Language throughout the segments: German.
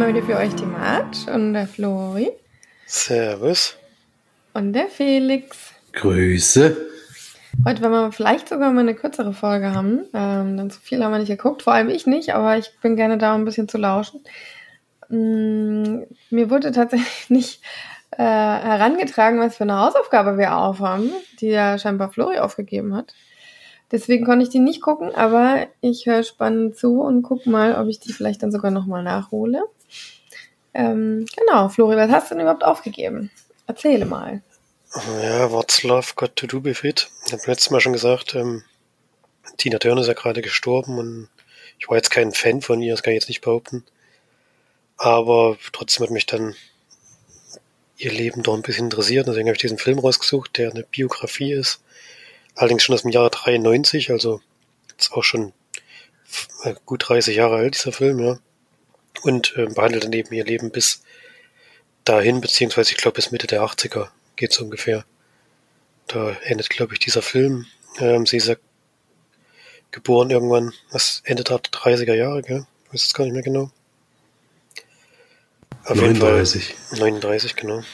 mal wieder für euch die Marc und der Flori. Servus. Und der Felix. Grüße. Heute werden wir vielleicht sogar mal eine kürzere Folge haben, denn so viel haben wir nicht geguckt, vor allem ich nicht, aber ich bin gerne da, um ein bisschen zu lauschen. Mir wurde tatsächlich nicht herangetragen, was für eine Hausaufgabe wir aufhaben, die ja scheinbar Flori aufgegeben hat. Deswegen konnte ich die nicht gucken, aber ich höre spannend zu und gucke mal, ob ich die vielleicht dann sogar nochmal nachhole. Genau, Flori, was hast du denn überhaupt aufgegeben? Erzähle mal. Ja, What's Love Got to Do With It? Ich habe letztes Mal schon gesagt, Tina Turner ist ja gerade gestorben und ich war jetzt kein Fan von ihr, das kann ich jetzt nicht behaupten. Aber trotzdem hat mich dann ihr Leben doch ein bisschen interessiert. Deswegen habe ich diesen Film rausgesucht, der eine Biografie ist. Allerdings schon aus dem Jahre 93, also jetzt auch schon gut 30 Jahre alt, dieser Film, ja. Und behandelt dann eben ihr Leben bis dahin, beziehungsweise ich glaube bis Mitte der 80er geht's ungefähr. Da endet, glaube ich, dieser Film. Sie ist ja geboren irgendwann, was Ende der 30er Jahre, gell? Ich weiß es gar nicht mehr genau. Auf 39. Jeden Fall 39, genau.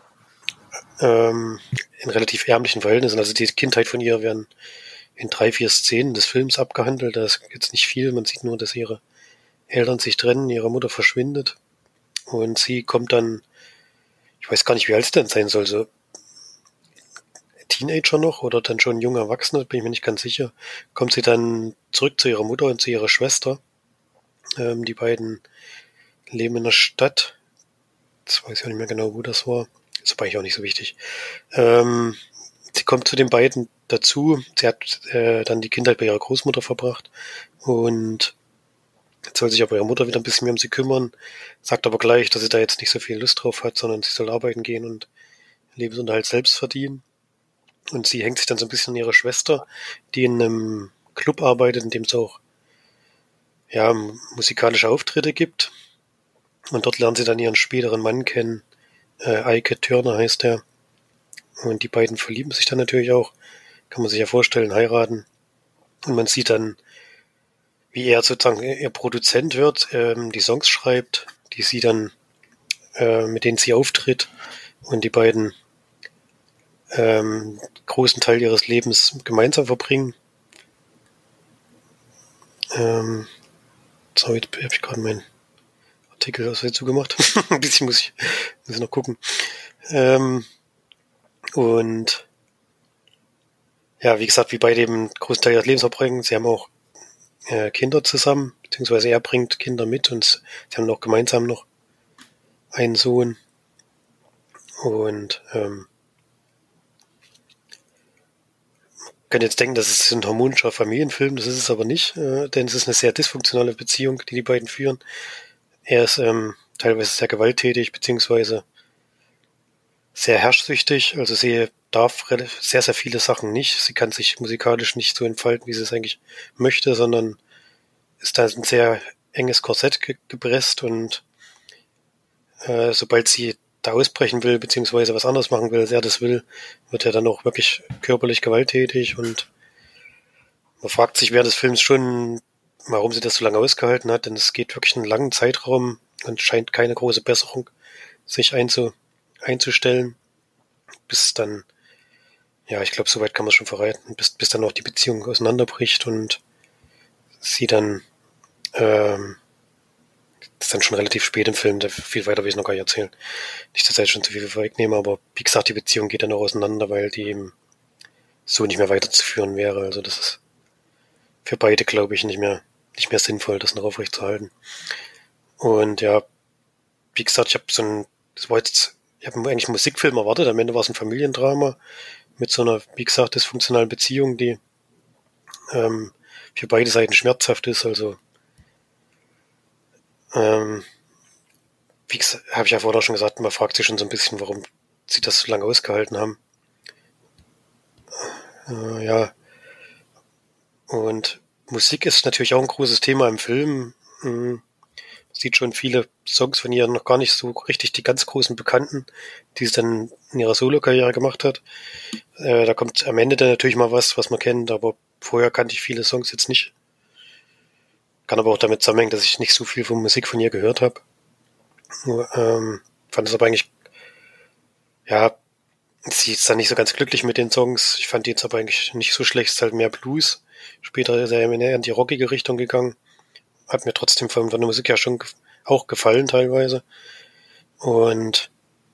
In relativ ärmlichen Verhältnissen. Also die Kindheit von ihr werden in 3-4 Szenen des Films abgehandelt. Da ist jetzt nicht viel. Man sieht nur, dass ihre Eltern sich trennen, ihre Mutter verschwindet. Und sie kommt dann, ich weiß gar nicht, wie alt sie denn sein soll, so Teenager noch oder dann schon junger Erwachsener, bin ich mir nicht ganz sicher, kommt sie dann zurück zu ihrer Mutter und zu ihrer Schwester. Die beiden leben in der Stadt. Jetzt weiß ich auch nicht mehr genau, wo das war. Das war eigentlich auch nicht so wichtig. Sie kommt zu den beiden dazu. Sie hat dann die Kindheit bei ihrer Großmutter verbracht und jetzt soll sich aber ihre Mutter wieder ein bisschen mehr um sie kümmern, sagt aber gleich, dass sie da jetzt nicht so viel Lust drauf hat, sondern sie soll arbeiten gehen und Lebensunterhalt selbst verdienen. Und sie hängt sich dann so ein bisschen an ihre Schwester, die in einem Club arbeitet, in dem es auch ja, musikalische Auftritte gibt. Und dort lernt sie dann ihren späteren Mann kennen. Ike Turner heißt er. Und die beiden verlieben sich dann natürlich auch. Kann man sich ja vorstellen, heiraten. Und man sieht dann, wie er sozusagen ihr Produzent wird, die Songs schreibt, die sie dann, mit denen sie auftritt. Und die beiden großen Teil ihres Lebens gemeinsam verbringen. So, jetzt habe ich gerade meinen Artikel dazu gemacht. Ein bisschen muss ich noch gucken. Und ja, wie gesagt, wie beide eben großen Teil ihres Lebens verbringen. Sie haben auch Kinder zusammen, beziehungsweise er bringt Kinder mit und sie haben auch gemeinsam noch einen Sohn. Und kann jetzt denken, das ist ein harmonischer Familienfilm, das ist es aber nicht, denn es ist eine sehr dysfunktionale Beziehung, die beiden führen. Er ist teilweise sehr gewalttätig, beziehungsweise sehr herrschsüchtig, also sie darf sehr, sehr viele Sachen nicht. Sie kann sich musikalisch nicht so entfalten, wie sie es eigentlich möchte, sondern ist da ein sehr enges Korsett gepresst und sobald sie da ausbrechen will, beziehungsweise was anderes machen will, als er das will, wird er dann auch wirklich körperlich gewalttätig und man fragt sich während des Films schon, warum sie das so lange ausgehalten hat, denn es geht wirklich einen langen Zeitraum und scheint keine große Besserung sich einzustellen, bis dann, ja, ich glaube, soweit kann man es schon verraten, bis dann auch die Beziehung auseinanderbricht und sie dann, das ist dann schon relativ spät im Film, viel weiter will ich noch gar nicht erzählen. Nicht, dass ich jetzt schon zu viel vorwegnehme, aber wie gesagt, die Beziehung geht dann auch auseinander, weil die eben so nicht mehr weiterzuführen wäre. Also das ist für beide, glaube ich, nicht mehr sinnvoll, das noch aufrechtzuerhalten. Und ja, wie gesagt, ich habe eigentlich einen Musikfilm erwartet, am Ende war es ein Familiendrama mit so einer, wie gesagt, dysfunktionalen Beziehung, die für beide Seiten schmerzhaft ist, also wie gesagt, habe ich ja vorher schon gesagt, man fragt sich schon so ein bisschen, warum sie das so lange ausgehalten haben. Ja. Und Musik ist natürlich auch ein großes Thema im Film. Man sieht schon viele Songs von ihr, noch gar nicht so richtig die ganz großen Bekannten, die sie dann in ihrer Solo-Karriere gemacht hat. Da kommt am Ende dann natürlich mal was man kennt, aber vorher kannte ich viele Songs jetzt nicht. Kann aber auch damit zusammenhängen, dass ich nicht so viel von Musik von ihr gehört habe. Fand es aber eigentlich, ja, sie ist dann nicht so ganz glücklich mit den Songs. Ich fand die jetzt aber eigentlich nicht so schlecht, es ist halt mehr Blues. Später ist er mehr in die rockige Richtung gegangen. Hat mir trotzdem von der Musik ja schon auch gefallen teilweise. Und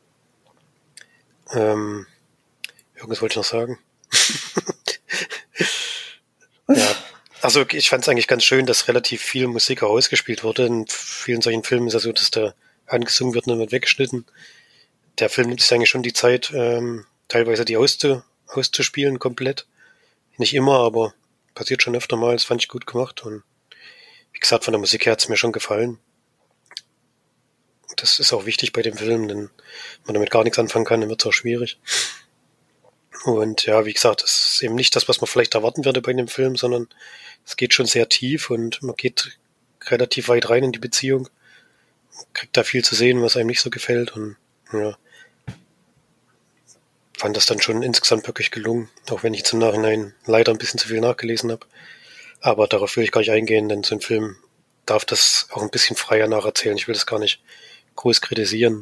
irgendwas wollte ich noch sagen. Ja, also ich fand es eigentlich ganz schön, dass relativ viel Musik auch ausgespielt wurde. In vielen solchen Filmen ist ja so, dass da angesungen wird und dann wird weggeschnitten. Der Film nimmt sich eigentlich schon die Zeit, teilweise die auszuspielen komplett. Nicht immer, aber passiert schon öfter mal. Das fand ich gut gemacht. Und wie gesagt, von der Musik her hat es mir schon gefallen. Das ist auch wichtig bei dem Film, denn wenn man damit gar nichts anfangen kann, dann wird es auch schwierig. Und ja, wie gesagt, es ist eben nicht das, was man vielleicht erwarten würde bei dem Film, sondern es geht schon sehr tief und man geht relativ weit rein in die Beziehung. Man kriegt da viel zu sehen, was einem nicht so gefällt und ja, fand das dann schon insgesamt wirklich gelungen, auch wenn ich jetzt im Nachhinein leider ein bisschen zu viel nachgelesen habe. Aber darauf will ich gar nicht eingehen, denn so ein Film darf das auch ein bisschen freier nacherzählen. Ich will das gar nicht groß kritisieren.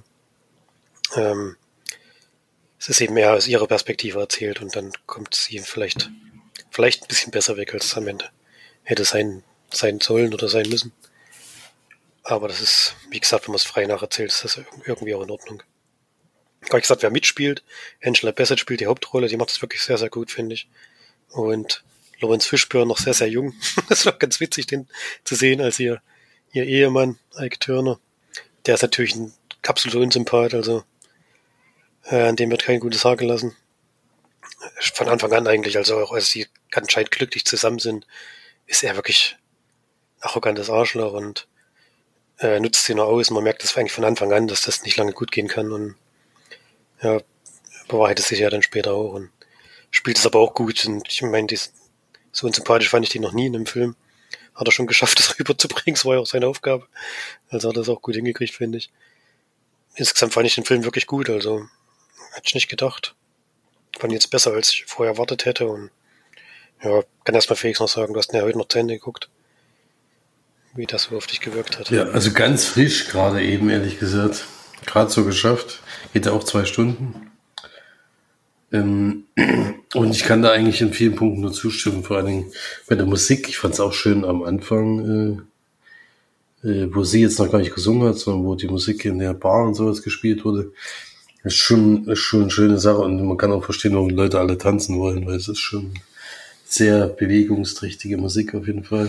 Es ist eben eher aus ihrer Perspektive erzählt und dann kommt sie vielleicht ein bisschen besser weg, als es am Ende hätte sein sollen oder sein müssen. Aber das ist, wie gesagt, wenn man es frei nacherzählt, ist das irgendwie auch in Ordnung. Wie gesagt, wer mitspielt, Angela Bassett spielt die Hauptrolle, die macht das wirklich sehr, sehr gut, finde ich. Und Lawrence Fishburne noch sehr, sehr jung. Das war ganz witzig, den zu sehen als ihr Ehemann, Ike Turner. Der ist natürlich ein absoluter Unsympath, also an dem wird kein gutes Haar gelassen. Von Anfang an eigentlich, also auch als sie anscheinend glücklich zusammen sind, ist er wirklich ein arrogantes Arschloch und nutzt sie nur aus. Und man merkt das eigentlich von Anfang an, dass das nicht lange gut gehen kann. Und ja, bewahrheitet sich ja dann später auch und spielt es aber auch gut. Und ich meine, so unsympathisch fand ich die noch nie in einem Film. Hat er schon geschafft, das rüberzubringen. Das war ja auch seine Aufgabe. Also hat er das auch gut hingekriegt, finde ich. Insgesamt fand ich den Film wirklich gut. Also hätte ich nicht gedacht. Fand jetzt besser, als ich vorher erwartet hätte. Und ja, kann erstmal Felix noch sagen, du hast ihn ja heute noch zu Ende geguckt. Wie das so auf dich gewirkt hat. Ja, also ganz frisch gerade eben, ehrlich gesagt. Gerade so geschafft. Geht ja auch 2 Stunden. Und ich kann da eigentlich in vielen Punkten nur zustimmen, vor allen Dingen bei der Musik. Ich fand es auch schön am Anfang, wo sie jetzt noch gar nicht gesungen hat, sondern wo die Musik in der Bar und sowas gespielt wurde. Ist schon eine schöne Sache und man kann auch verstehen, warum die Leute alle tanzen wollen, weil es ist schon sehr bewegungsträchtige Musik auf jeden Fall.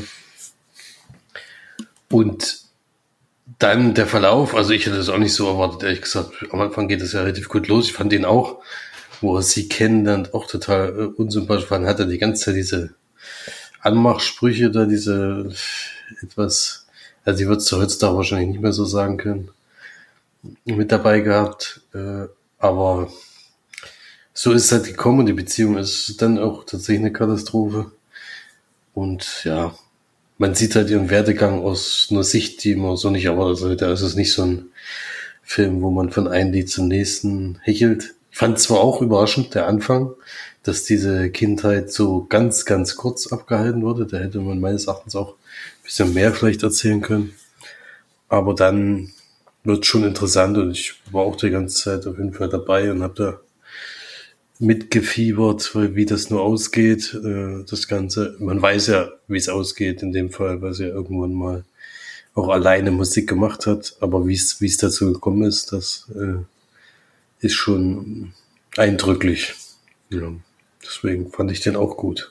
Und dann der Verlauf, also ich hätte das auch nicht so erwartet, ehrlich gesagt. Am Anfang geht es ja relativ gut los. Ich fand den auch, wo er sie kennenlernt, auch total unsympathisch fand. Hat er die ganze Zeit diese Anmachsprüche da, diese etwas, also die wird es heutzutage wahrscheinlich nicht mehr so sagen können, mit dabei gehabt. Aber so ist es halt gekommen. Die Beziehung ist dann auch tatsächlich eine Katastrophe. Und ja, man sieht halt ihren Werdegang aus einer Sicht, die man so nicht erwartet. Also da ist es nicht so ein Film, wo man von einem Lied zum nächsten hechelt. Ich fand zwar auch überraschend, der Anfang, dass diese Kindheit so ganz, ganz kurz abgehalten wurde. Da hätte man meines Erachtens auch ein bisschen mehr vielleicht erzählen können. Aber dann wird schon interessant und ich war auch die ganze Zeit auf jeden Fall dabei und habe da mitgefiebert, wie das nur ausgeht, das Ganze. Man weiß ja, wie es ausgeht in dem Fall, weil sie ja irgendwann mal auch alleine Musik gemacht hat. Aber wie es dazu gekommen ist, das ist schon eindrücklich. Ja, deswegen fand ich den auch gut.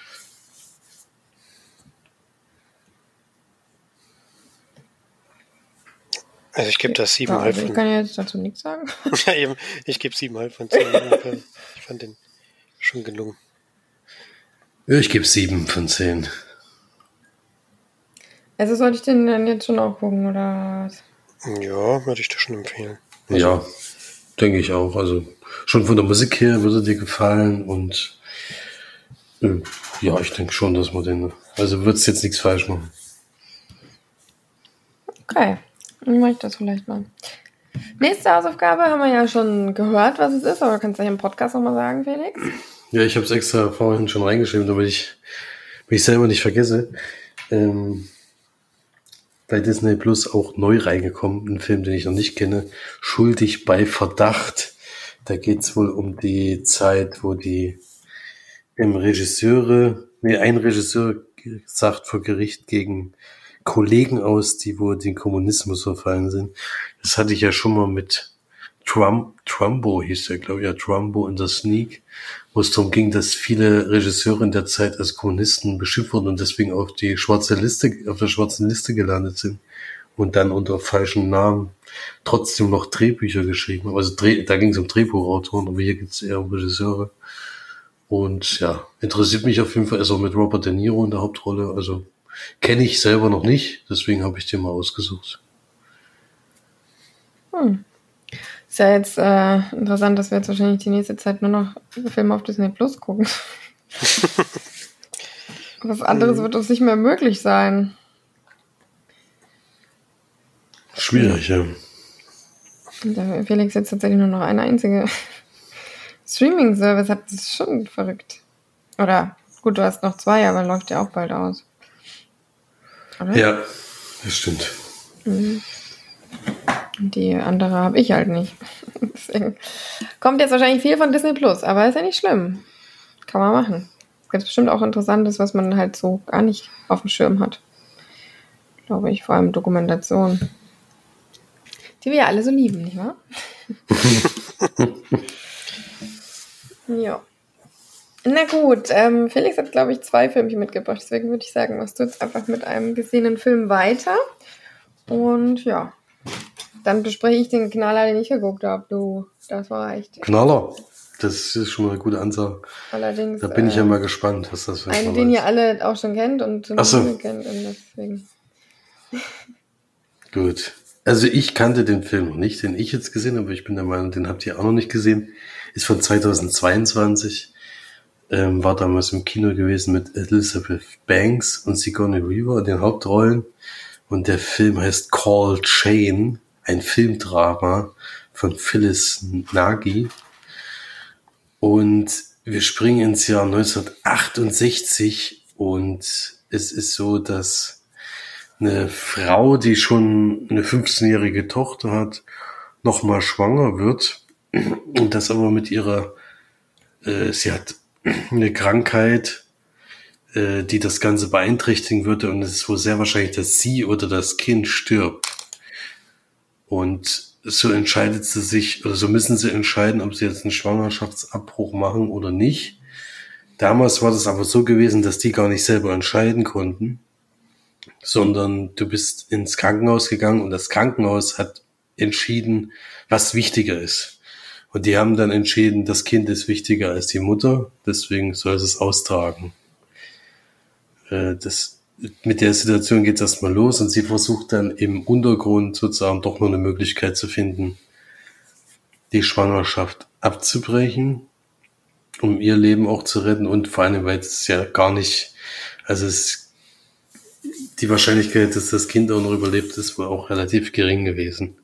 Also ich gebe das 7,5 also ich kann jetzt dazu nichts sagen. Ja, eben. Ich gebe 7,5 von 10. Ich fand den schon gelungen. Ja, ich gebe 7 von 10. Also sollte ich den dann jetzt schon auch gucken, oder was? Ja, würde ich dir schon empfehlen. Ja, denke ich auch. Also schon von der Musik her würde dir gefallen und ja, ich denke schon, dass man den, also wird es jetzt nichts falsch machen. Okay, dann mache ich das vielleicht mal. Nächste Hausaufgabe haben wir ja schon gehört, was es ist, aber du kannst ja im Podcast nochmal sagen, Felix. Ja, ich habe es extra vorhin schon reingeschrieben, damit ich mich selber nicht vergesse. bei Disney Plus auch neu reingekommen, ein Film, den ich noch nicht kenne, Schuldig bei Verdacht. Da geht's wohl um die Zeit, wo ein Regisseur sagt vor Gericht gegen Kollegen aus, die wohl den Kommunismus verfallen sind. Das hatte ich ja schon mal mit Trumbo hieß der, glaube ich, ja, Trumbo in the Sneak, wo es darum ging, dass viele Regisseure in der Zeit als Kommunisten beschimpft wurden und deswegen auf der schwarzen Liste gelandet sind und dann unter falschen Namen trotzdem noch Drehbücher geschrieben haben. Also da ging es um Drehbuchautoren, aber hier geht es eher um Regisseure. Und ja, interessiert mich auf jeden Fall, ist auch mit Robert De Niro in der Hauptrolle, also kenne ich selber noch nicht, deswegen habe ich den mal ausgesucht. Ist ja jetzt interessant, dass wir jetzt wahrscheinlich die nächste Zeit nur noch Filme auf Disney Plus gucken. Was anderes wird uns nicht mehr möglich sein. Schwierig, ja. Der Felix jetzt tatsächlich nur noch eine einzige Streaming-Service hat, das ist schon verrückt. Oder, gut, du hast noch 2, aber läuft ja auch bald aus. Oder? Ja, das stimmt. Und die andere habe ich halt nicht. Deswegen kommt jetzt wahrscheinlich viel von Disney Plus, aber ist ja nicht schlimm. Kann man machen. Es gibt bestimmt auch Interessantes, was man halt so gar nicht auf dem Schirm hat. Glaube ich, vor allem Dokumentation. Die wir ja alle so lieben, nicht wahr? Ja. Na gut, Felix hat, glaube ich, 2 Filmchen mitgebracht. Deswegen würde ich sagen, machst du jetzt einfach mit einem gesehenen Film weiter. Und ja, dann bespreche ich den Knaller, den ich geguckt habe. Das war echt... Knaller, das ist schon mal eine gute Ansage. Allerdings... Da bin ich ja mal gespannt, was das für ein Knaller ist. Den ihr alle auch schon kennt und so. kennt. Und deswegen... Gut. Also ich kannte den Film noch nicht, den ich jetzt gesehen habe, aber ich bin der Meinung, den habt ihr auch noch nicht gesehen. Ist von 2022. War damals im Kino gewesen mit Elizabeth Banks und Sigourney Weaver in den Hauptrollen. Und der Film heißt Call Chain, ein Filmdrama von Phyllis Nagy. Und wir springen ins Jahr 1968 und es ist so, dass eine Frau, die schon eine 15-jährige Tochter hat, nochmal schwanger wird und das aber mit sie hat eine Krankheit, die das Ganze beeinträchtigen würde und es ist wohl sehr wahrscheinlich, dass sie oder das Kind stirbt. Und so entscheidet sie sich, oder so müssen sie entscheiden, ob sie jetzt einen Schwangerschaftsabbruch machen oder nicht. Damals war das aber so gewesen, dass die gar nicht selber entscheiden konnten, sondern du bist ins Krankenhaus gegangen und das Krankenhaus hat entschieden, was wichtiger ist. Und die haben dann entschieden, das Kind ist wichtiger als die Mutter, deswegen soll es austragen. Mit der Situation geht es erstmal los und sie versucht dann im Untergrund sozusagen doch noch eine Möglichkeit zu finden, die Schwangerschaft abzubrechen, um ihr Leben auch zu retten und vor allem, weil es ja gar nicht, also die Wahrscheinlichkeit, dass das Kind auch noch überlebt, ist wohl auch relativ gering gewesen.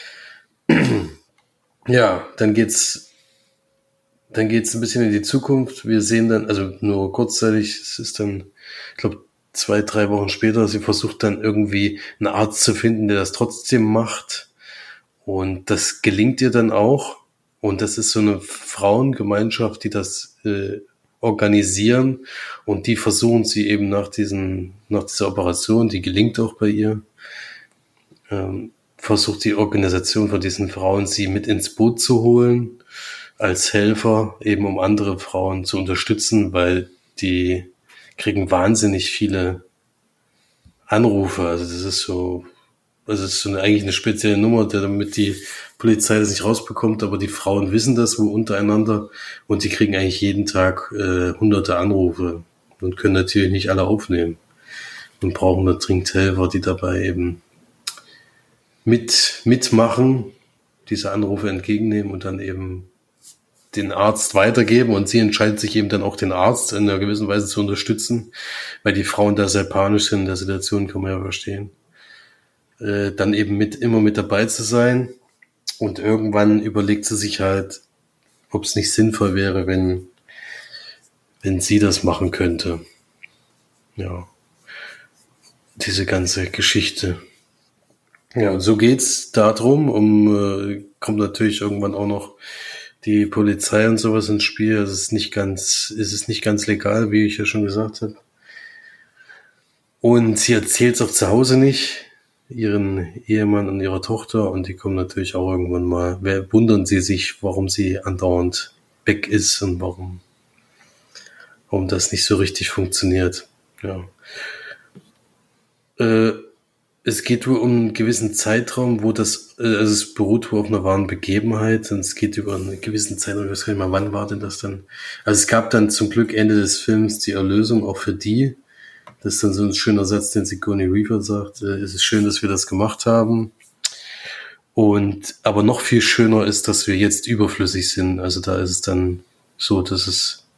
Ja, dann geht's ein bisschen in die Zukunft. Wir sehen dann, also nur kurzzeitig, es ist dann, ich glaube, 2-3 Wochen später, sie versucht dann irgendwie einen Arzt zu finden, der das trotzdem macht. Und das gelingt ihr dann auch. Und das ist so eine Frauengemeinschaft, die das organisieren. Und die versuchen sie eben nach dieser Operation, die gelingt auch bei ihr, versucht die Organisation von diesen Frauen, sie mit ins Boot zu holen, als Helfer, eben um andere Frauen zu unterstützen, weil die kriegen wahnsinnig viele Anrufe. Also das ist eigentlich eine spezielle Nummer, damit die Polizei das nicht rausbekommt, aber die Frauen wissen das wohl untereinander und die kriegen eigentlich jeden Tag hunderte Anrufe und können natürlich nicht alle aufnehmen und brauchen da dringend Helfer, die dabei eben mitmachen, diese Anrufe entgegennehmen und dann eben den Arzt weitergeben und sie entscheidet sich eben dann auch den Arzt in einer gewissen Weise zu unterstützen, weil die Frauen da sehr panisch sind in der Situation, kann man ja verstehen. Dann eben immer mit dabei zu sein und irgendwann überlegt sie sich halt, ob es nicht sinnvoll wäre, wenn sie das machen könnte. Ja, diese ganze Geschichte. Ja, und so geht's darum, kommt natürlich irgendwann auch noch die Polizei und sowas ins Spiel. Es ist nicht ganz legal, wie ich ja schon gesagt habe. Und sie erzählt es auch zu Hause nicht, ihren Ehemann und ihrer Tochter, und die kommen natürlich auch irgendwann mal, wundern sie sich, warum sie andauernd weg ist und warum das nicht so richtig funktioniert. Ja. Es geht wohl um einen gewissen Zeitraum, wo also es beruht wohl auf einer wahren Begebenheit, und es geht über einen gewissen Zeitraum, ich weiß gar nicht mal, wann war denn das dann? Also es gab dann zum Glück Ende des Films die Erlösung auch für die. Das ist dann so ein schöner Satz, den Sigourney Weaver sagt, es ist schön, dass wir das gemacht haben. Aber noch viel schöner ist, dass wir jetzt überflüssig sind. Also da ist es dann so, dass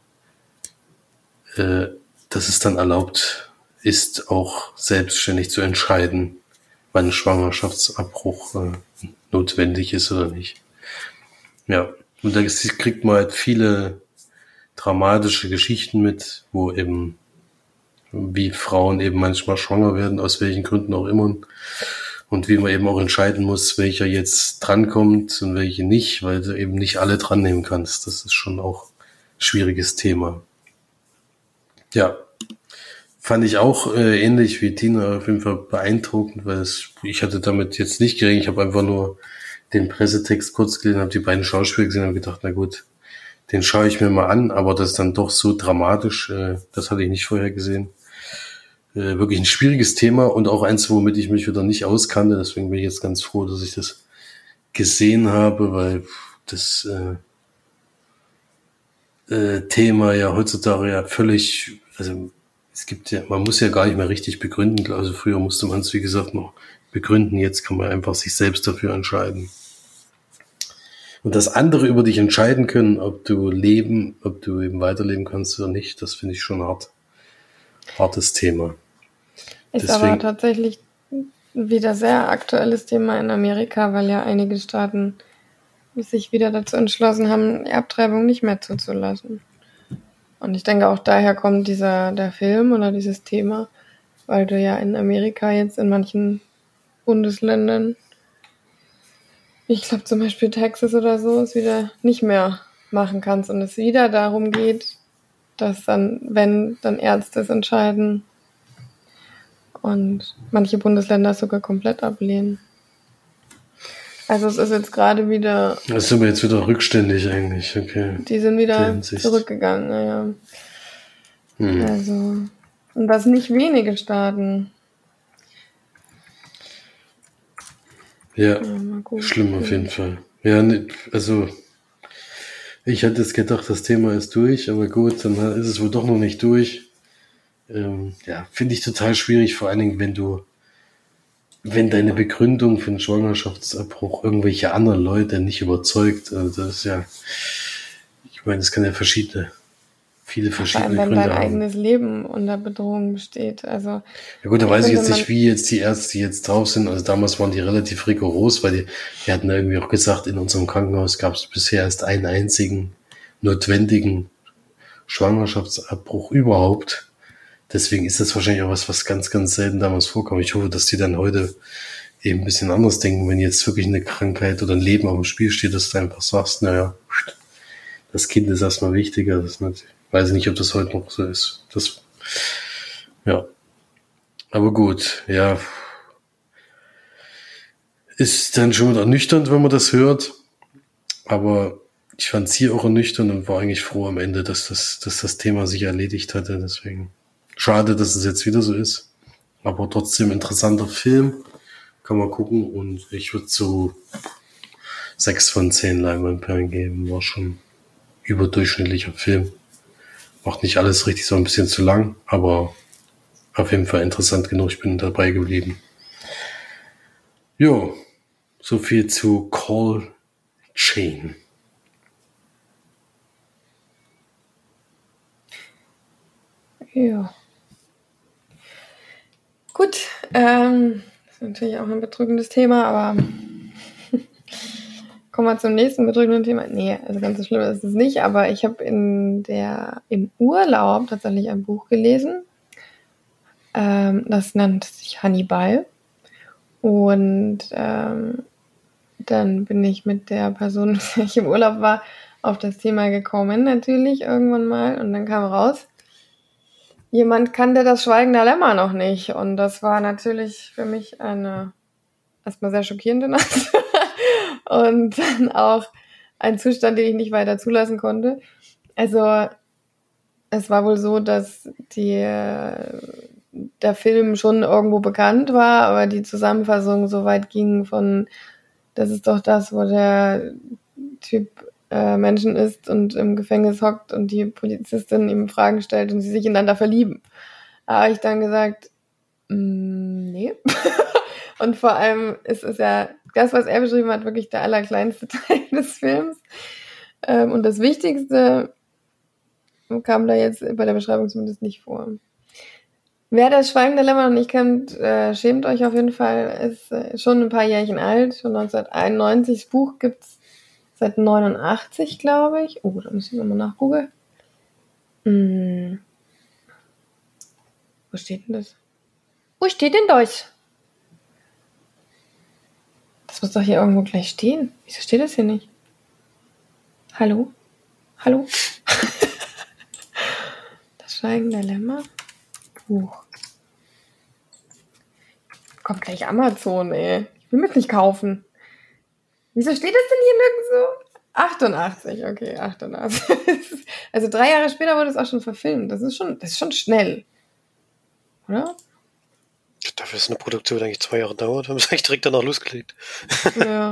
es dann erlaubt ist, auch selbstständig zu entscheiden, wann Schwangerschaftsabbruch notwendig ist oder nicht. Ja, und da kriegt man halt viele dramatische Geschichten mit, wo eben wie Frauen eben manchmal schwanger werden, aus welchen Gründen auch immer. Und wie man eben auch entscheiden muss, welcher jetzt drankommt und welche nicht, weil du eben nicht alle dran nehmen kannst. Das ist schon auch ein schwieriges Thema. Ja, fand ich auch ähnlich wie Tina auf jeden Fall beeindruckend, weil ich hatte damit jetzt nicht gerechnet. Ich habe einfach nur den Pressetext kurz gelesen, habe die beiden Schauspieler gesehen und gedacht, na gut, den schaue ich mir mal an, aber das ist dann doch so dramatisch, das hatte ich nicht vorher gesehen. Wirklich ein schwieriges Thema und auch eins, womit ich mich wieder nicht auskannte. Deswegen bin ich jetzt ganz froh, dass ich das gesehen habe, weil das Thema ja heutzutage ja völlig, also man muss ja gar nicht mehr richtig begründen. Also früher musste man es, wie gesagt, noch begründen. Jetzt kann man einfach sich selbst dafür entscheiden. Und dass andere über dich entscheiden können, ob du eben weiterleben kannst oder nicht, das finde ich schon hartes Thema. Ist aber tatsächlich wieder sehr aktuelles Thema in Amerika, weil ja einige Staaten sich wieder dazu entschlossen haben, Erbtreibung nicht mehr zuzulassen. Und ich denke, auch daher kommt der Film oder dieses Thema, weil du ja in Amerika jetzt in manchen Bundesländern, ich glaube zum Beispiel Texas oder so, es wieder nicht mehr machen kannst und es wieder darum geht, dass dann, wenn dann Ärzte es entscheiden und manche Bundesländer es sogar komplett ablehnen. Also es ist jetzt gerade wieder... Das sind wir jetzt wieder rückständig eigentlich, okay. Die sind wieder zurückgegangen, naja. Also, und das nicht wenige Staaten. Ja, schlimm auf jeden Fall. Ja, also ich hatte jetzt gedacht, das Thema ist durch, aber gut, dann ist es wohl doch noch nicht durch. Ja, finde ich total schwierig, vor allen Dingen, wenn deine Begründung für einen Schwangerschaftsabbruch irgendwelche anderen Leute nicht überzeugt. Also das ist ja, ich meine, es kann ja viele verschiedene Gründe haben. Wenn dein eigenes Leben unter Bedrohung besteht. Also, ja gut, da weiß ich jetzt nicht, wie jetzt die Ärzte jetzt drauf sind. Also damals waren die relativ rigoros, weil die hatten irgendwie auch gesagt, in unserem Krankenhaus gab es bisher erst einen einzigen notwendigen Schwangerschaftsabbruch überhaupt. Deswegen ist das wahrscheinlich auch was ganz, ganz selten damals vorkam. Ich hoffe, dass die dann heute eben ein bisschen anders denken, wenn jetzt wirklich eine Krankheit oder ein Leben auf dem Spiel steht, dass du einfach sagst, naja, das Kind ist erstmal wichtiger. Weiß ich nicht, ob das heute noch so ist. Ja. Aber gut, ja. Ist dann schon wieder ernüchternd, wenn man das hört. Aber ich fand es hier auch ernüchternd und war eigentlich froh am Ende, dass das Thema sich erledigt hatte. Deswegen schade, dass es jetzt wieder so ist. Aber trotzdem interessanter Film. Kann man gucken. Und ich würde so 6 von 10 Leinwandperlen geben. War schon überdurchschnittlicher Film. Macht nicht alles richtig, so ein bisschen zu lang. Aber auf jeden Fall interessant genug. Ich bin dabei geblieben. Jo, so viel zu Call Chain. Ja. Gut, ist natürlich auch ein bedrückendes Thema, aber kommen wir zum nächsten bedrückenden Thema. Nee, also ganz so schlimm ist es nicht, aber ich habe im Urlaub tatsächlich ein Buch gelesen. Das nennt sich Hannibal. Und dann bin ich mit der Person, mit der ich im Urlaub war, auf das Thema gekommen, natürlich irgendwann mal. Und dann kam raus, jemand kannte das Schweigende Lämmer noch nicht. Und das war natürlich für mich eine erstmal sehr schockierende Nacht. Und dann auch ein Zustand, den ich nicht weiter zulassen konnte. Also es war wohl so, dass der Film schon irgendwo bekannt war, aber die Zusammenfassung so weit ging von, das ist doch das, wo der Typ Menschen ist und im Gefängnis hockt und die Polizistin ihm Fragen stellt und sie sich ineinander verlieben. Da habe ich dann gesagt, nee. Und vor allem ist es ja das, was er beschrieben hat, wirklich der allerkleinste Teil des Films. Und das Wichtigste kam da jetzt bei der Beschreibung zumindest nicht vor. Wer das Schweigende Lämmer noch nicht kennt, schämt euch auf jeden Fall. Ist schon ein paar Jährchen alt, schon 1991. Das Buch gibt's seit 89, glaube ich. Oh, da muss ich nochmal nachgoogeln. Wo steht denn das? Wo steht denn das? Das muss doch hier irgendwo gleich stehen. Wieso steht das hier nicht? Hallo? Hallo? Das Schweigende Lämmer? Buch. Kommt gleich Amazon, ey. Ich will mich nicht kaufen. Wieso steht das denn hier nirgendwo? 88, okay, 88. Also 3 Jahre später wurde es auch schon verfilmt. Das ist schon schnell. Oder? Dafür ist eine Produktion eigentlich 2 Jahre dauert, haben sie eigentlich direkt danach losgelegt. Ja.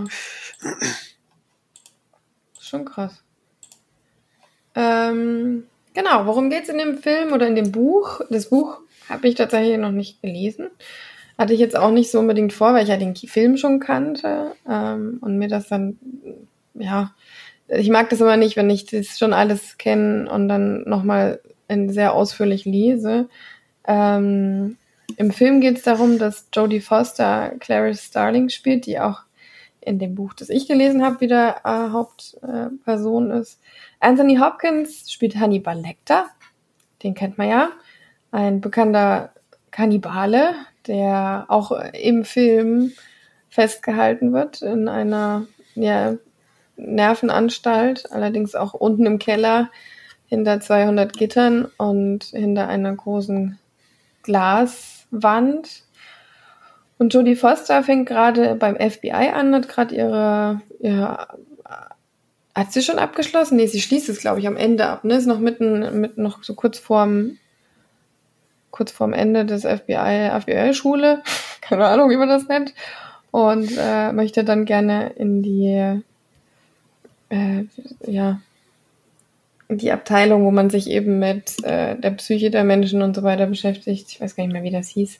Schon krass. Genau, worum geht's in dem Film oder in dem Buch? Das Buch habe ich tatsächlich noch nicht gelesen. Hatte ich jetzt auch nicht so unbedingt vor, weil ich ja den Film schon kannte und mir das dann, ja, ich mag das immer nicht, wenn ich das schon alles kenne und dann nochmal sehr ausführlich lese. Im Film geht es darum, dass Jodie Foster Clarice Starling spielt, die auch in dem Buch, das ich gelesen habe, wieder Hauptperson ist. Anthony Hopkins spielt Hannibal Lecter, den kennt man ja, ein bekannter Kannibale, der auch im Film festgehalten wird in einer Nervenanstalt, allerdings auch unten im Keller hinter 200 Gittern und hinter einer großen Glaswand. Und Jodie Foster fängt gerade beim FBI an, hat gerade hat sie schon abgeschlossen? Nee, sie schließt es, glaube ich, am Ende ab, ne? Ist noch noch so kurz vorm Ende des FBI-Schule. Keine Ahnung, wie man das nennt. Und möchte dann gerne in die Abteilung, wo man sich eben mit der Psyche der Menschen und so weiter beschäftigt. Ich weiß gar nicht mehr, wie das hieß.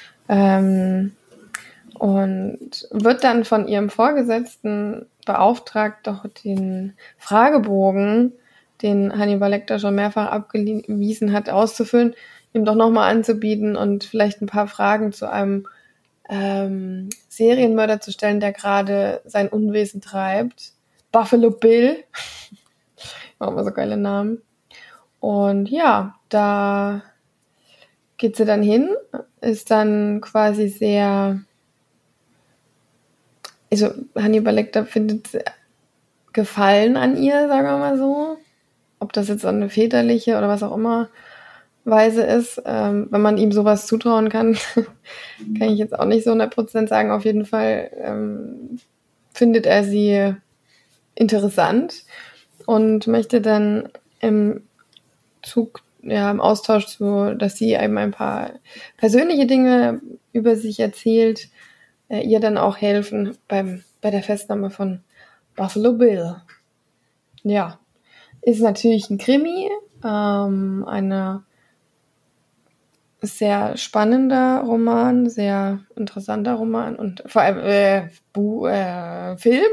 Und wird dann von ihrem Vorgesetzten beauftragt, doch den Fragebogen, den Hannibal Lecter schon mehrfach abgewiesen hat, auszufüllen, ihm doch nochmal anzubieten und vielleicht ein paar Fragen zu einem Serienmörder zu stellen, der gerade sein Unwesen treibt. Buffalo Bill. Auch immer so geile Namen. Und ja, da geht sie dann ist dann quasi also Hannibal Lecter findet Gefallen an ihr, sagen wir mal so. Ob das jetzt eine väterliche oder was auch immer Weise ist, wenn man ihm sowas zutrauen kann, kann ich jetzt auch nicht so 100% sagen. Auf jeden Fall findet er sie interessant und möchte dann im Austausch dass sie eben ein paar persönliche Dinge über sich erzählt, ihr dann auch helfen bei der Festnahme von Buffalo Bill. Ja, ist natürlich ein Krimi, eine sehr spannender Roman, sehr interessanter Roman und vor allem Film.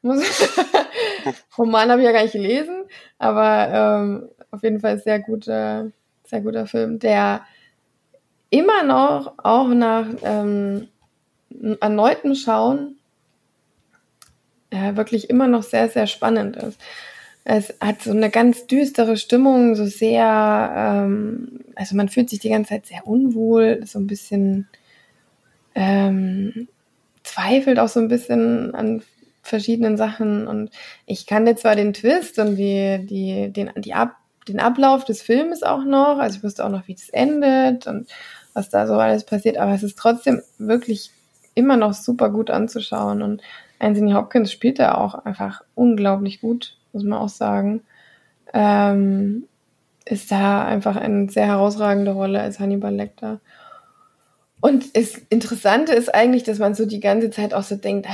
Roman habe ich ja gar nicht gelesen, aber auf jeden Fall sehr guter Film, der immer noch, auch nach erneuten Schauen, wirklich immer noch sehr, sehr spannend ist. Es hat so eine ganz düstere Stimmung, so sehr, also man fühlt sich die ganze Zeit sehr unwohl, so ein bisschen zweifelt auch so ein bisschen an verschiedenen Sachen und ich kannte zwar den Twist und den Ablauf des Films auch noch, also ich wusste auch noch, wie das endet und was da so alles passiert, aber es ist trotzdem wirklich immer noch super gut anzuschauen und Anthony Hopkins spielt da auch einfach unglaublich gut, muss man auch sagen. Ist da einfach eine sehr herausragende Rolle als Hannibal Lecter. Und das Interessante ist eigentlich, dass man so die ganze Zeit auch so denkt,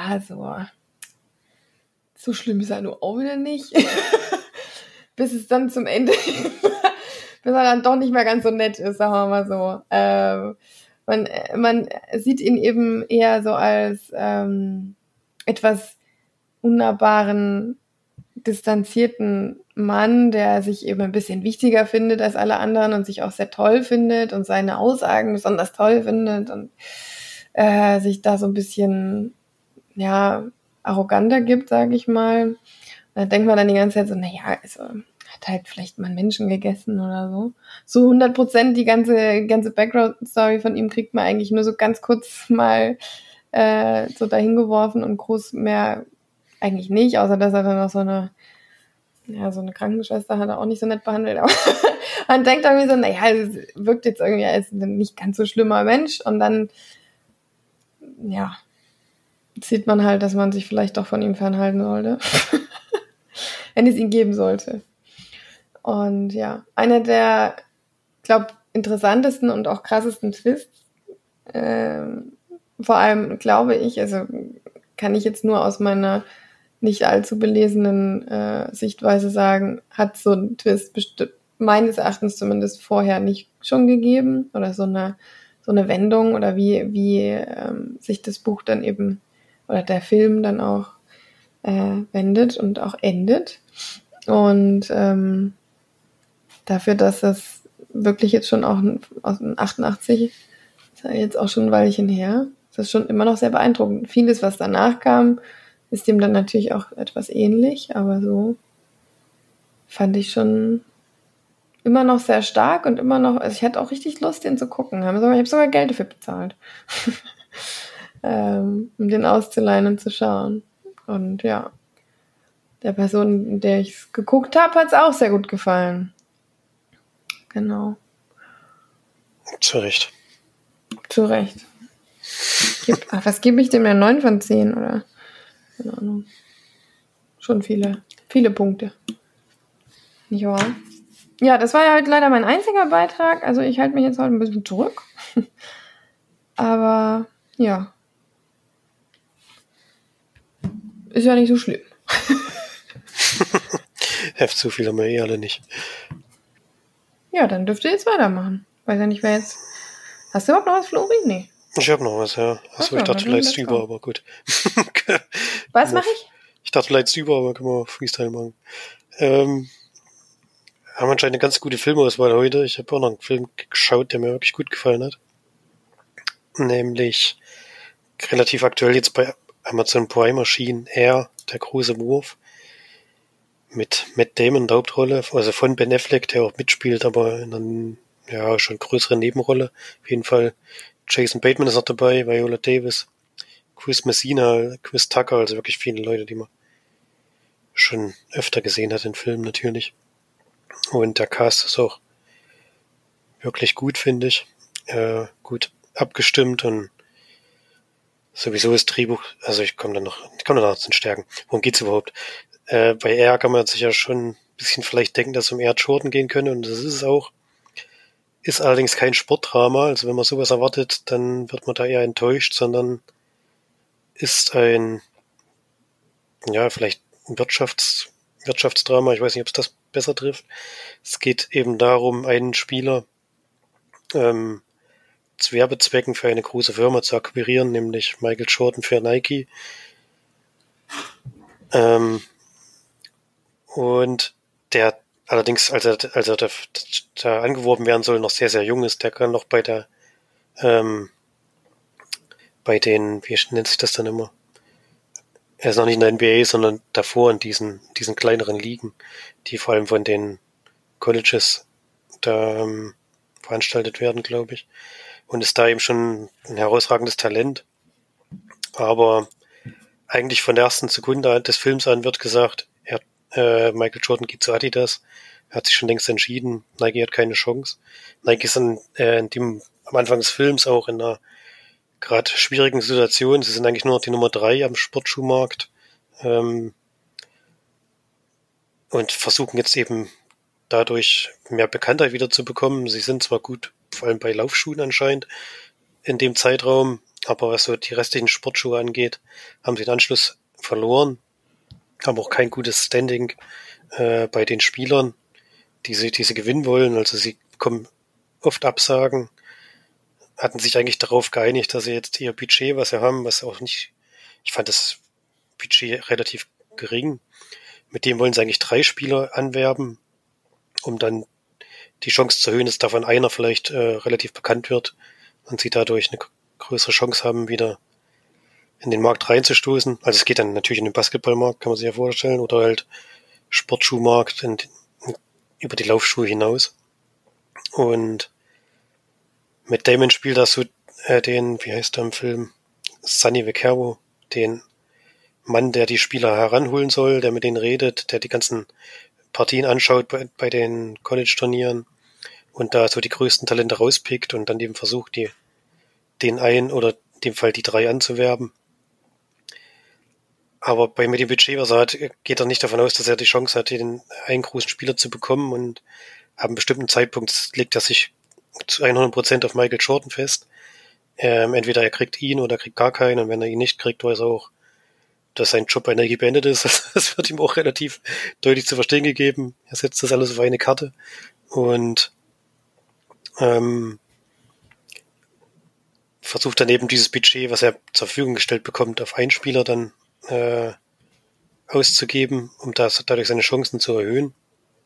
so schlimm ist er nur auch wieder nicht. Bis es dann zum Ende, bis er dann doch nicht mehr ganz so nett ist, sagen wir mal so. Man sieht ihn eben eher so als etwas unnahbaren, distanzierten Mann, der sich eben ein bisschen wichtiger findet als alle anderen und sich auch sehr toll findet und seine Aussagen besonders toll findet und sich da so ein bisschen, arroganter gibt, sage ich mal. Und da denkt man dann die ganze Zeit so, hat halt vielleicht mal einen Menschen gegessen oder so. So 100% die ganze Background-Story von ihm kriegt man eigentlich nur so ganz kurz mal so dahin geworfen und groß mehr eigentlich nicht, außer dass er dann noch so eine Krankenschwester hat er auch nicht so nett behandelt, aber man denkt irgendwie so, es wirkt jetzt irgendwie als ein nicht ganz so schlimmer Mensch und dann, sieht man halt, dass man sich vielleicht doch von ihm fernhalten sollte, wenn es ihn geben sollte. Und ja, einer der, glaube interessantesten und auch krassesten Twists, vor allem glaube ich, also kann ich jetzt nur aus meiner nicht allzu belesenen Sichtweise sagen, hat so ein Twist meines Erachtens zumindest vorher nicht schon gegeben oder so eine Wendung oder wie sich das Buch dann eben oder der Film dann auch wendet und auch endet. Und dafür, dass das wirklich jetzt schon auch aus dem 88, ist ja jetzt auch schon ein Weilchen her, ist das schon immer noch sehr beeindruckend. Vieles, was danach kam, ist dem dann natürlich auch etwas ähnlich, aber so fand ich schon immer noch sehr stark und immer noch, also ich hatte auch richtig Lust, den zu gucken. Ich habe sogar Geld dafür bezahlt, um den auszuleihen und zu schauen. Und ja, der Person, in der ich es geguckt habe, hat es auch sehr gut gefallen. Genau. Zu Recht. Was gebe ich dem denn? 9 von 10 oder? Keine Ahnung. Schon viele Punkte. Nicht wahr? Ja, das war ja heute leider mein einziger Beitrag. Also ich halte mich jetzt heute ein bisschen zurück. Aber ja. Ist ja nicht so schlimm. Heft zu viel haben wir alle nicht. Ja, dann dürft ihr jetzt weitermachen. Weiß ja nicht, wer jetzt... Hast du überhaupt noch was, Flori? Nee. Ich habe noch was, ja. Achso, ich dachte, du leitest über, aber gut. Was mache ich? Ich dachte, du leitest über, aber können wir Freestyle machen. Haben anscheinend eine ganz gute Filmauswahl heute. Ich habe auch noch einen Film geschaut, der mir wirklich gut gefallen hat. Nämlich relativ aktuell jetzt bei Amazon Prime erschienen, Er, der große Wurf. Mit Matt Damon in der Hauptrolle, also von Ben Affleck, der auch mitspielt, aber in einer schon größeren Nebenrolle. Auf jeden Fall Jason Bateman ist noch dabei, Viola Davis, Chris Messina, Chris Tucker, also wirklich viele Leute, die man schon öfter gesehen hat in Filmen natürlich. Und der Cast ist auch wirklich gut, finde ich. Gut abgestimmt und sowieso das Drehbuch, also ich komme danach zu den Stärken. Worum geht's überhaupt? Bei Er kann man sich ja schon ein bisschen vielleicht denken, dass es um Air Jordan gehen könnte, und das ist es auch. Ist allerdings kein Sportdrama, also wenn man sowas erwartet, dann wird man da eher enttäuscht, sondern ist vielleicht ein Wirtschaftsdrama, ich weiß nicht, ob es das besser trifft. Es geht eben darum, einen Spieler zu Werbezwecken für eine große Firma zu akquirieren, nämlich Michael Jordan für Nike. Und der allerdings, als er da angeworben werden soll, noch sehr, sehr jung ist, der kann noch bei den, wie nennt sich das dann immer? Er ist noch nicht in der NBA, sondern davor in diesen kleineren Ligen, die vor allem von den Colleges da veranstaltet werden, glaube ich. Und ist da eben schon ein herausragendes Talent. Aber eigentlich von der ersten Sekunde des Films an wird gesagt, Michael Jordan geht zu Adidas. Er hat sich schon längst entschieden. Nike hat keine Chance. Nike ist am Anfang des Films auch in einer gerade schwierigen Situation. Sie sind eigentlich nur noch die Nummer 3 am Sportschuhmarkt. Und versuchen jetzt eben dadurch mehr Bekanntheit wieder zu bekommen. Sie sind zwar gut, vor allem bei Laufschuhen anscheinend, in dem Zeitraum, aber was so die restlichen Sportschuhe angeht, haben sie den Anschluss verloren, haben auch kein gutes Standing bei den Spielern, die sie gewinnen wollen. Also sie bekommen oft Absagen, hatten sich eigentlich darauf geeinigt, dass sie jetzt ihr Budget, was sie haben, was auch nicht, ich fand das Budget relativ gering, mit dem wollen sie eigentlich 3 Spieler anwerben, um dann die Chance zu erhöhen, dass davon einer vielleicht relativ bekannt wird und sie dadurch eine größere Chance haben, wieder in den Markt reinzustoßen. Also es geht dann natürlich in den Basketballmarkt, kann man sich ja vorstellen, oder halt Sportschuhmarkt über die Laufschuhe hinaus. Und mit Damon spielt das so wie heißt der im Film? Sonny Vaccaro, den Mann, der die Spieler heranholen soll, der mit denen redet, der die ganzen Partien anschaut bei den College-Turnieren und da so die größten Talente rauspickt und dann eben versucht, den einen oder in dem Fall die 3 anzuwerben. Aber mit dem Budget, was er hat, geht er nicht davon aus, dass er die Chance hat, den einen großen Spieler zu bekommen, und ab einem bestimmten Zeitpunkt legt er sich zu 100% auf Michael Jordan fest. Entweder er kriegt ihn oder er kriegt gar keinen, und wenn er ihn nicht kriegt, weiß er auch, dass sein Job bei Nike beendet ist. Das wird ihm auch relativ deutlich zu verstehen gegeben. Er setzt das alles auf eine Karte und versucht dann eben dieses Budget, was er zur Verfügung gestellt bekommt, auf einen Spieler dann auszugeben, um dadurch seine Chancen zu erhöhen.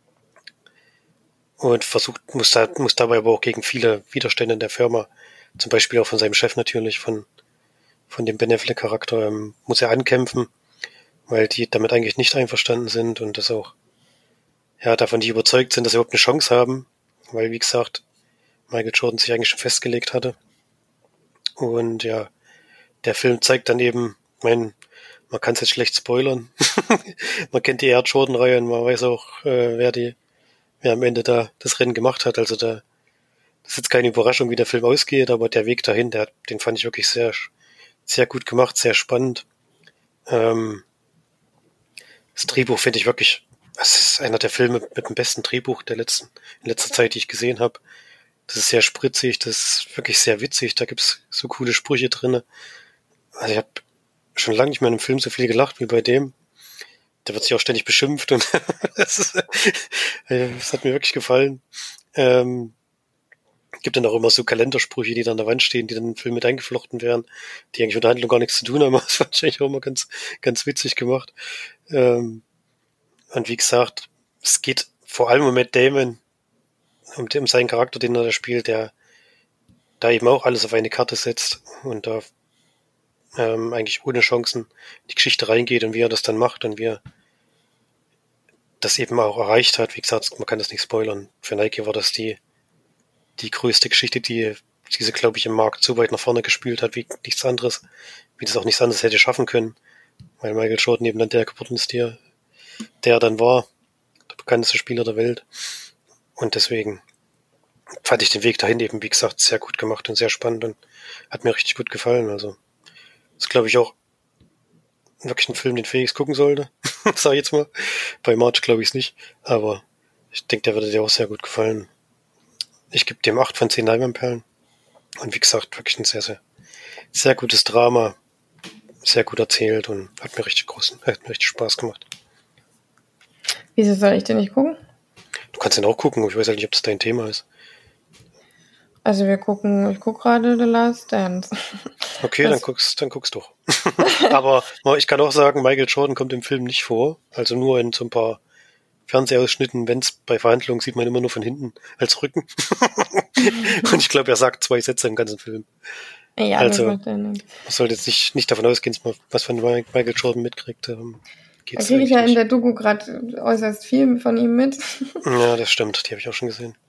Und muss dabei aber auch gegen viele Widerstände in der Firma, zum Beispiel auch von seinem Chef natürlich, von dem Ben Affleck-Charakter, muss er ankämpfen, weil die damit eigentlich nicht einverstanden sind und das auch davon nicht überzeugt sind, dass sie überhaupt eine Chance haben, weil, wie gesagt, Michael Jordan sich eigentlich schon festgelegt hatte. Und ja, der Film zeigt dann eben, man kann es jetzt schlecht spoilern. Man kennt die Air Jordan-Reihe und man weiß auch, wer am Ende da das Rennen gemacht hat. Also das ist jetzt keine Überraschung, wie der Film ausgeht, aber der Weg dahin, den fand ich wirklich sehr, sehr gut gemacht, sehr spannend. Das Drehbuch finde ich wirklich, das ist einer der Filme mit dem besten Drehbuch in letzter Zeit, die ich gesehen habe. Das ist sehr spritzig, das ist wirklich sehr witzig, da gibt's so coole Sprüche drinne. Also ich habe schon lange nicht mehr in einem Film so viel gelacht wie bei dem. Da wird sich auch ständig beschimpft und das hat mir wirklich gefallen. Gibt dann auch immer so Kalendersprüche, die da an der Wand stehen, die dann im Film mit eingeflochten werden, die eigentlich mit der Handlung gar nichts zu tun haben. Das fand ich eigentlich auch immer ganz, ganz witzig gemacht. Und wie gesagt, es geht vor allem um Matt Damon, um seinen Charakter, den er da spielt, der da eben auch alles auf eine Karte setzt und da eigentlich ohne Chancen in die Geschichte reingeht und wie er das dann macht und wie er das eben auch erreicht hat. Wie gesagt, man kann das nicht spoilern. Für Nike war das die größte Geschichte, die diese, glaube ich, im Markt so weit nach vorne gespült hat, wie das auch nichts anderes hätte schaffen können, weil Michael Jordan eben dann der geworden ist, der dann war, der bekannteste Spieler der Welt. Und deswegen fand ich den Weg dahin eben, wie gesagt, sehr gut gemacht und sehr spannend und hat mir richtig gut gefallen. Also das ist, glaube ich, auch wirklich ein Film, den Felix gucken sollte, sag ich jetzt mal. Bei March glaube ich es nicht, aber ich denke, der würde dir auch sehr gut gefallen. Ich gebe dem 8 von 10 Leinwandperlen. Und wie gesagt, wirklich ein sehr, sehr, sehr gutes Drama. Sehr gut erzählt und hat mir richtig Spaß gemacht. Wieso soll ich den nicht gucken? Du kannst den auch gucken, ich weiß halt nicht, ob das dein Thema ist. Also ich gucke gerade The Last Dance. Okay, dann guckst doch. Aber ich kann auch sagen, Michael Jordan kommt im Film nicht vor. Also nur in so ein paar Fernsehausschnitten, wenn es bei Verhandlungen sieht man immer nur von hinten als Rücken. Und ich glaube, er sagt 2 Sätze im ganzen Film. Ja, also, das macht er nicht. Man sollte jetzt nicht davon ausgehen, dass man was von Michael Jordan mitkriegt. Da kriege ich ja in der Doku gerade äußerst viel von ihm mit. Ja, das stimmt, die habe ich auch schon gesehen.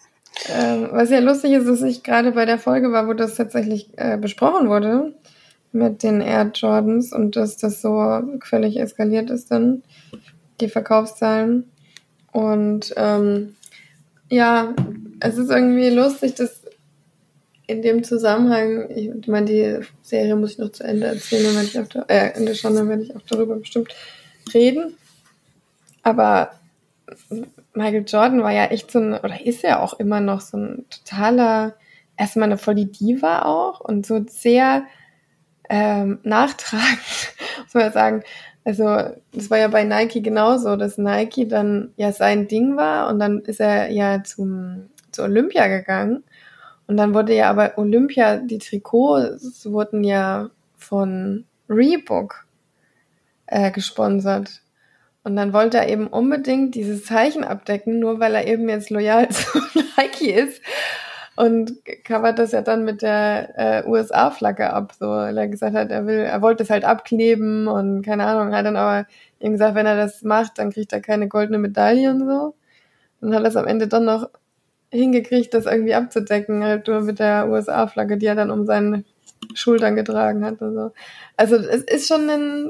Was ja lustig ist, dass ich gerade bei der Folge war, wo das tatsächlich besprochen wurde, mit den Air Jordans und dass das so völlig eskaliert ist dann, die Verkaufszahlen. Und ja, es ist irgendwie lustig, dass in dem Zusammenhang, ich meine, die Serie muss ich noch zu Ende erzählen, dann werde ich Ende schon, dann werde ich auch darüber bestimmt reden. Aber Michael Jordan war ja echt so ein, oder ist ja auch immer noch so ein totaler, erstmal eine volle Diva auch und so sehr nachtragend, muss man ja sagen. Also das war ja bei Nike genauso, dass Nike dann ja sein Ding war und dann ist er ja zu Olympia gegangen und dann wurde ja aber Olympia, die Trikots wurden ja von Reebok gesponsert. Und dann wollte er eben unbedingt dieses Zeichen abdecken, nur weil er eben jetzt loyal zu Nike ist. Und covert das ja dann mit der USA-Flagge ab, so, weil er gesagt hat, er wollte es halt abkleben und keine Ahnung, hat dann aber ihm gesagt, wenn er das macht, dann kriegt er keine goldene Medaille und so. Und hat er es am Ende dann noch hingekriegt, das irgendwie abzudecken, halt nur mit der USA-Flagge, die er dann um seine Schultern getragen hat und so. Also es ist schon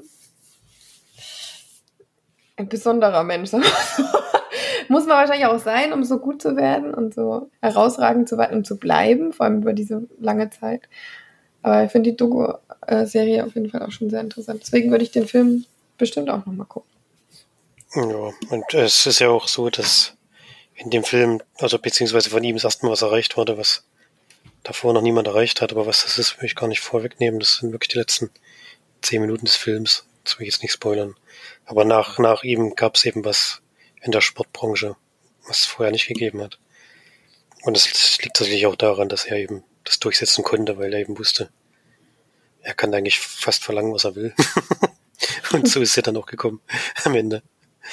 ein besonderer Mensch, sagen wir so. Muss man wahrscheinlich auch sein, um so gut zu werden und so herausragend zu werden und zu bleiben, vor allem über diese lange Zeit. Aber ich finde die Doku-Serie auf jeden Fall auch schon sehr interessant. Deswegen würde ich den Film bestimmt auch nochmal gucken. Ja, und es ist ja auch so, dass in dem Film, also beziehungsweise von ihm das erste Mal was erreicht wurde, was davor noch niemand erreicht hat, aber was das ist, will ich gar nicht vorwegnehmen. Das sind wirklich die letzten 10 Minuten des Films. Das will ich jetzt nicht spoilern. Aber nach ihm gab es eben was in der Sportbranche, was es vorher nicht gegeben hat. Und es liegt natürlich auch daran, dass er eben das durchsetzen konnte, weil er eben wusste, er kann eigentlich fast verlangen, was er will. Und so ist er dann auch gekommen am Ende.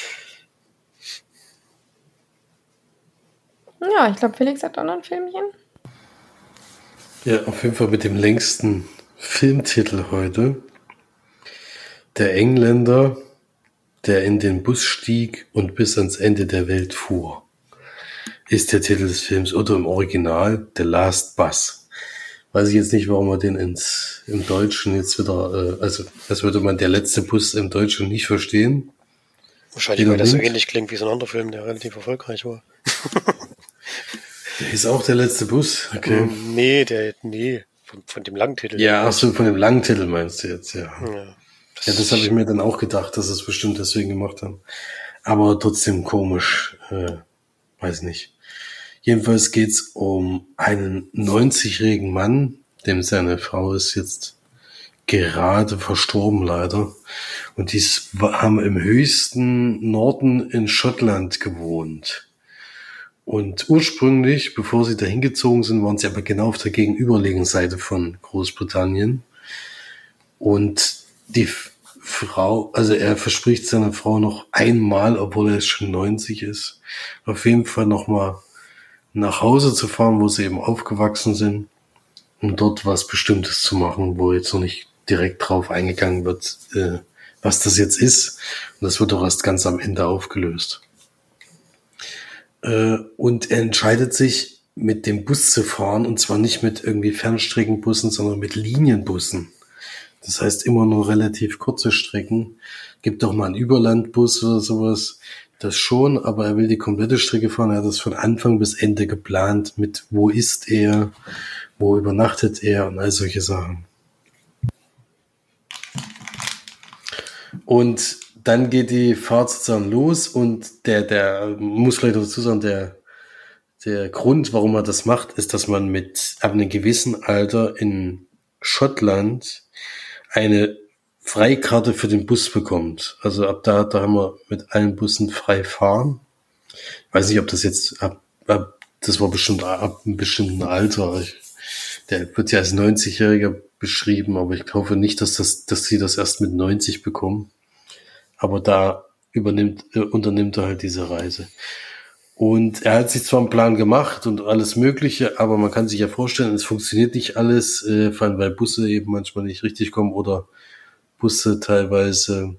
Ja, ich glaube, Felix hat auch noch ein Filmchen. Ja, auf jeden Fall mit dem längsten Filmtitel heute. Der Engländer, der in den Bus stieg und bis ans Ende der Welt fuhr, ist der Titel des Films, oder im Original The Last Bus. Weiß ich jetzt nicht, warum man den im Deutschen jetzt wieder, also das würde man der letzte Bus im Deutschen nicht verstehen. Wahrscheinlich, weil das so ähnlich klingt wie so ein anderer Film, der relativ erfolgreich war. Der ist auch der letzte Bus? Okay. Nee, von dem langen Titel. Ja, ach so, von dem langen Titel meinst du jetzt, ja. Ja, Das habe ich mir dann auch gedacht, dass es bestimmt deswegen gemacht haben. Aber trotzdem komisch, weiß nicht. Jedenfalls geht's um einen 90-jährigen Mann, dem seine Frau ist jetzt gerade verstorben leider. Und die haben im höchsten Norden in Schottland gewohnt. Und ursprünglich, bevor sie dahin gezogen sind, waren sie aber genau auf der gegenüberliegenden Seite von Großbritannien. Und die Frau, also er verspricht seiner Frau noch einmal, obwohl er jetzt schon 90 ist, auf jeden Fall nochmal nach Hause zu fahren, wo sie eben aufgewachsen sind, um dort was Bestimmtes zu machen, wo jetzt noch nicht direkt drauf eingegangen wird, was das jetzt ist. Und das wird doch erst ganz am Ende aufgelöst. Und er entscheidet sich, mit dem Bus zu fahren, und zwar nicht mit irgendwie Fernstreckenbussen, sondern mit Linienbussen. Das heißt immer nur relativ kurze Strecken. Gibt doch mal einen Überlandbus oder sowas. Das schon, aber er will die komplette Strecke fahren. Er hat das von Anfang bis Ende geplant mit wo ist er, wo übernachtet er und all solche Sachen. Und dann geht die Fahrt sozusagen los und der muss vielleicht dazu sagen, der Grund, warum er das macht, ist, dass man ab einem gewissen Alter in Schottland eine Freikarte für den Bus bekommt. Also ab da haben wir mit allen Bussen frei fahren. Ich weiß nicht, ob das jetzt das war bestimmt ab einem bestimmten Alter. Der wird ja als 90-Jähriger beschrieben, aber ich glaube nicht, dass sie das erst mit 90 bekommen. Aber da unternimmt er halt diese Reise. Und er hat sich zwar einen Plan gemacht und alles Mögliche, aber man kann sich ja vorstellen, es funktioniert nicht alles, vor allem weil Busse eben manchmal nicht richtig kommen oder Busse teilweise,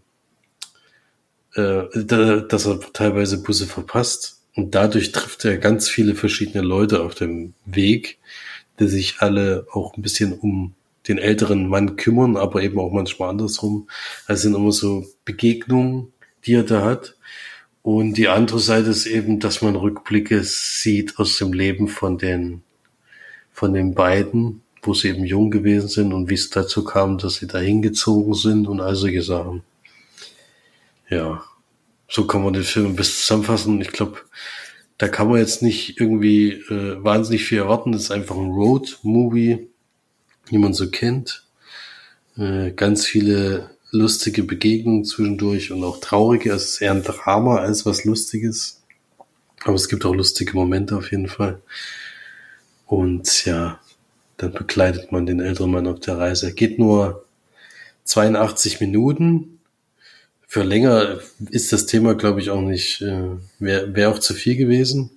dass er teilweise Busse verpasst. Und dadurch trifft er ganz viele verschiedene Leute auf dem Weg, die sich alle auch ein bisschen um den älteren Mann kümmern, aber eben auch manchmal andersrum. Also sind immer so Begegnungen, die er da hat. Und die andere Seite ist eben, dass man Rückblicke sieht aus dem Leben von den beiden, wo sie eben jung gewesen sind und wie es dazu kam, dass sie da hingezogen sind und all solche Sachen. Ja, so kann man den Film ein bisschen zusammenfassen. Ich glaube, da kann man jetzt nicht irgendwie wahnsinnig viel erwarten. Das ist einfach ein Road-Movie, wie man so kennt. Ganz viele lustige Begegnungen zwischendurch und auch traurige. Es ist eher ein Drama als was Lustiges. Aber es gibt auch lustige Momente auf jeden Fall. Und ja, dann begleitet man den älteren Mann auf der Reise. Geht nur 82 Minuten. Für länger ist das Thema, glaube ich, auch nicht, wäre auch zu viel gewesen.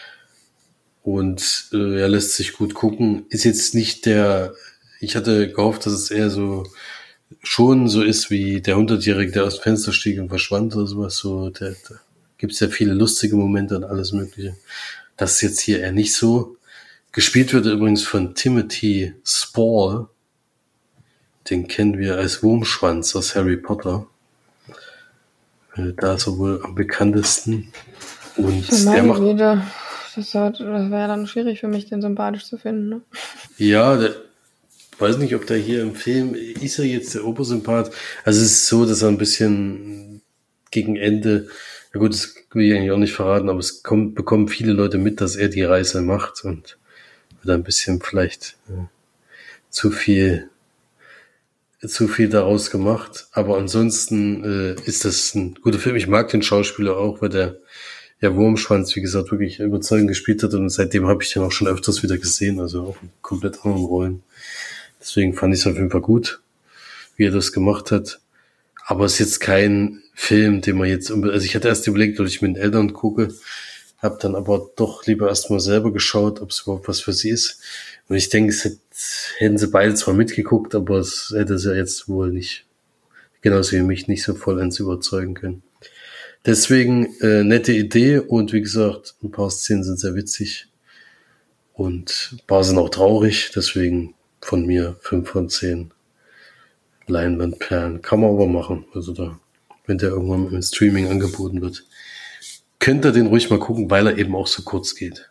Und er lässt sich gut gucken. Ist jetzt nicht ich hatte gehofft, dass es eher so schon so ist wie der 100-Jährige, der aus dem Fenster stieg und verschwand oder sowas. So, da gibt es ja viele lustige Momente und alles Mögliche. Das ist jetzt hier eher nicht so. Gespielt wird übrigens von Timothy Spall. Den kennen wir als Wurmschwanz aus Harry Potter. Da ist er wohl am bekanntesten. Und der macht... Das wäre dann schwierig für mich, den sympathisch zu finden. Ne? Ja, weiß nicht, ob der hier im Film, ist er jetzt der Obersympath? Also es ist so, dass er ein bisschen gegen Ende, ja gut, das will ich eigentlich auch nicht verraten, aber bekommen viele Leute mit, dass er die Reise macht und wird ein bisschen vielleicht zu viel daraus gemacht. Aber ansonsten ist das ein guter Film. Ich mag den Schauspieler auch, weil der Wurmschwanz, wie gesagt, wirklich überzeugend gespielt hat und seitdem habe ich den auch schon öfters wieder gesehen, also auch in komplett anderen Rollen. Deswegen fand ich es auf jeden Fall gut, wie er das gemacht hat. Aber es ist jetzt kein Film, den man jetzt... Also ich hatte erst überlegt, ob ich mit den Eltern gucke, habe dann aber doch lieber erstmal selber geschaut, ob es überhaupt was für sie ist. Und ich denke, hätten sie beide zwar mitgeguckt, aber es hätte sie ja jetzt wohl nicht, genauso wie mich, nicht so vollends überzeugen können. Deswegen nette Idee und wie gesagt, ein paar Szenen sind sehr witzig und ein paar sind auch traurig, deswegen von mir 5 von 10 Leinwandperlen. Kann man aber machen. Also da, wenn der irgendwann im Streaming angeboten wird, könnt ihr den ruhig mal gucken, weil er eben auch so kurz geht.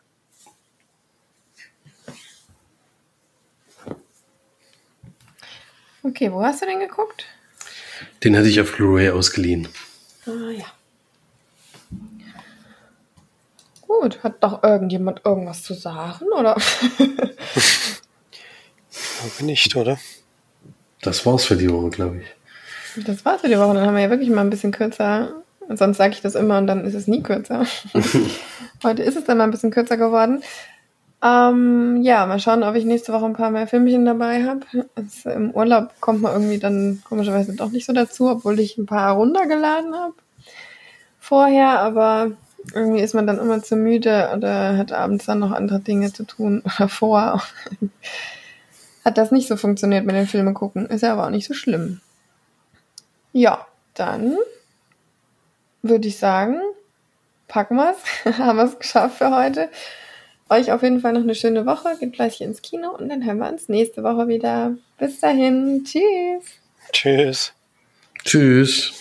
Okay, wo hast du den geguckt? Den hatte ich auf Blu-ray ausgeliehen. Ah ja. Gut, hat doch irgendjemand irgendwas zu sagen, oder? Aber nicht, oder? Das war's für die Woche, glaube ich. Das war's für die Woche. Dann haben wir ja wirklich mal ein bisschen kürzer. Sonst sage ich das immer und dann ist es nie kürzer. Heute ist es dann mal ein bisschen kürzer geworden. Ja, mal schauen, ob ich nächste Woche ein paar mehr Filmchen dabei habe. Im Urlaub kommt man irgendwie dann komischerweise doch nicht so dazu, obwohl ich ein paar runtergeladen habe vorher, aber irgendwie ist man dann immer zu müde oder hat abends dann noch andere Dinge zu tun oder vor. Hat das nicht so funktioniert mit den Filmen gucken. Ist ja aber auch nicht so schlimm. Ja, dann würde ich sagen, packen wir es. Haben wir es geschafft für heute. Euch auf jeden Fall noch eine schöne Woche. Geht gleich ins Kino und dann hören wir uns nächste Woche wieder. Bis dahin. Tschüss. Tschüss. Tschüss.